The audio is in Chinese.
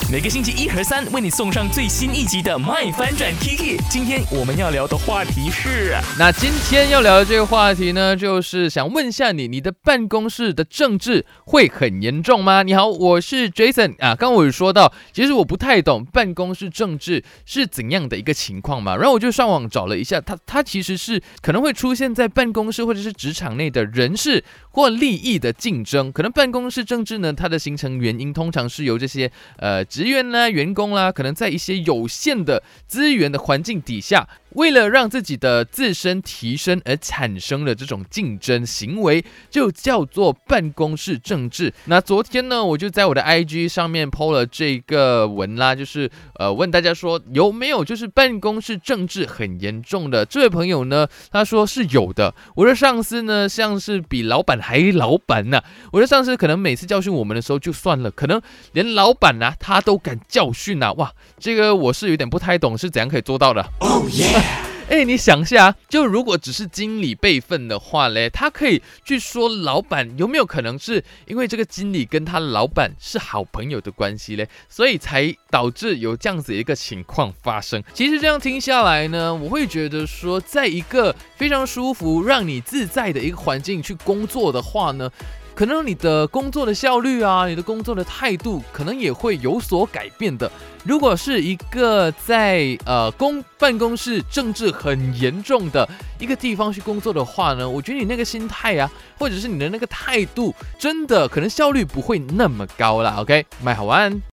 每个星期一和三为你送上最新一集的My 翻转 Kiki。今天我们要聊的话题是， 那今天要聊的这个话题呢，就是想问一下你的办公室的政治会很严重吗？你好，我是 Jason 啊。刚刚我有说到，其实我不太懂办公室政治是怎样的一个情况嘛，然后我就上网找了一下，它其实是可能会出现在办公室或者是职场内的人事或利益的竞争。可能办公室政治呢，它的形成原因通常是由这些职员啦、员工啦，可能在一些有限的资源的环境底下，为了让自己的自身提升而产生的这种竞争行为，就叫做办公室政治。那昨天呢，我就在我的 IG 上面 po 了这个文啦，就是问大家说有没有就是办公室政治很严重的。这位朋友呢，他说是有的。我的上司呢，像是比老板还老板呐。我的上司可能每次教训我们的时候就算了，可能连老板啊他都敢教训啊！哇，这个我是有点不太懂是怎样可以做到的。 Oh yeah！ 你想下，就如果只是经理辈分的话嘞，他可以去说老板，有没有可能是因为这个经理跟他老板是好朋友的关系嘞，所以才导致有这样子一个情况发生？其实这样听下来呢，我会觉得说，在一个非常舒服、让你自在的一个环境去工作的话呢，可能你的工作的效率啊，你的工作的态度，可能也会有所改变的。如果是一个在办公室政治很严重的一个地方去工作的话呢，我觉得你那个心态啊，或者是你的那个态度，真的可能效率不会那么高啦。OK， 麦好玩。